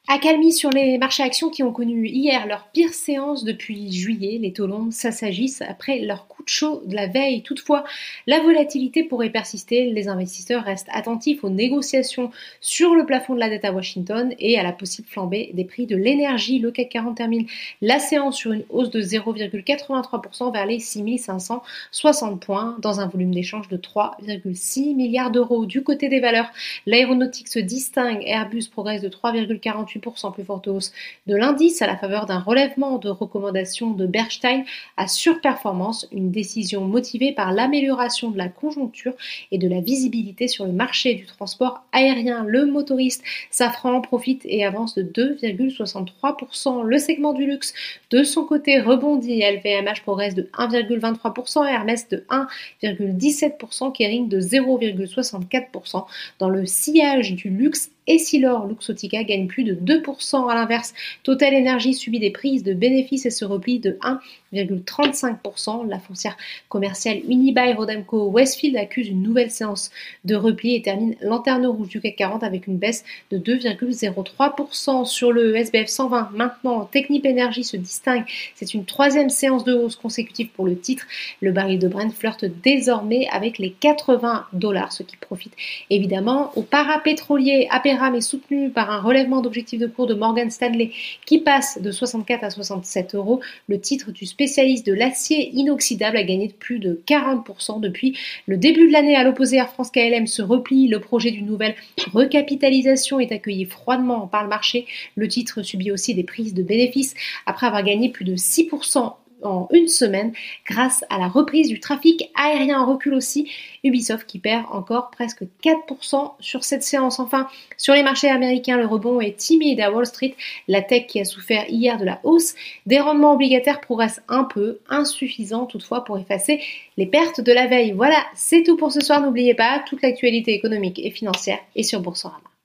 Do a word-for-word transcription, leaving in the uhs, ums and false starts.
Accalmie sur les marchés actions qui ont connu hier leur pire séance depuis juillet. Les taux longs s'assagissent après leur coup de chaud de la veille. Toutefois, la volatilité pourrait persister. Les investisseurs restent attentifs aux négociations sur le plafond de la dette à Washington et à la possible flambée des prix de l'énergie. Le CAC quarante termine la séance sur une hausse de zéro virgule quatre-vingt-trois pour cent vers les six mille cinq cent soixante points dans un volume d'échange de trois virgule six milliards d'euros. Du côté des valeurs, l'aéronautique se distingue. Airbus progresse de trois virgule quarante-huit pour cent, plus forte hausse de l'indice à la faveur d'un relèvement de recommandations de Bernstein à surperformance, une décision motivée par l'amélioration de la conjoncture et de la visibilité sur le marché du transport aérien. Le motoriste Safran profite et avance de deux virgule soixante-trois pour cent. Le segment du luxe, de son côté, rebondit. L V M H progresse de un virgule vingt-trois pour cent, Hermès de un virgule dix-sept pour cent, Kering de zéro virgule soixante-quatre pour cent. Dans le sillage du luxe, Essilor Luxottica gagne plus de deux pour cent. À l'inverse, Total Energy subit des prises de bénéfices et se replie de un virgule trente-cinq pour cent. La foncière commerciale Unibail-Rodamco-Westfield accuse une nouvelle séance de repli et termine lanterne rouge du CAC quarante avec une baisse de deux virgule zéro trois pour cent. Sur le S B F cent vingt, maintenant, Technip Energies se distingue. C'est une troisième séance de hausse consécutive pour le titre. Le baril de Brent flirte désormais avec les quatre-vingts dollars, ce qui profite évidemment aux parapétroliers. Aperam est soutenu par un relèvement d'objectif de cours de Morgan Stanley qui passe de soixante-quatre à soixante-sept euros. Le titre du spécialiste de l'acier inoxydable a gagné de plus de quarante pour cent depuis le début de l'année. À l'opposé, Air France K L M se replie. Le projet d'une nouvelle recapitalisation est accueilli froidement par le marché. Le titre subit aussi des prises de bénéfices après avoir gagné plus de six pour cent en une semaine grâce à la reprise du trafic aérien. En recul aussi, Ubisoft qui perd encore presque quatre pour cent sur cette séance. Enfin, sur les marchés américains, le rebond est timide à Wall Street. La tech qui a souffert hier de la hausse des rendements obligataires progresse un peu, insuffisant toutefois pour effacer les pertes de la veille. Voilà, c'est tout pour ce soir. N'oubliez pas, toute l'actualité économique et financière est sur Boursorama.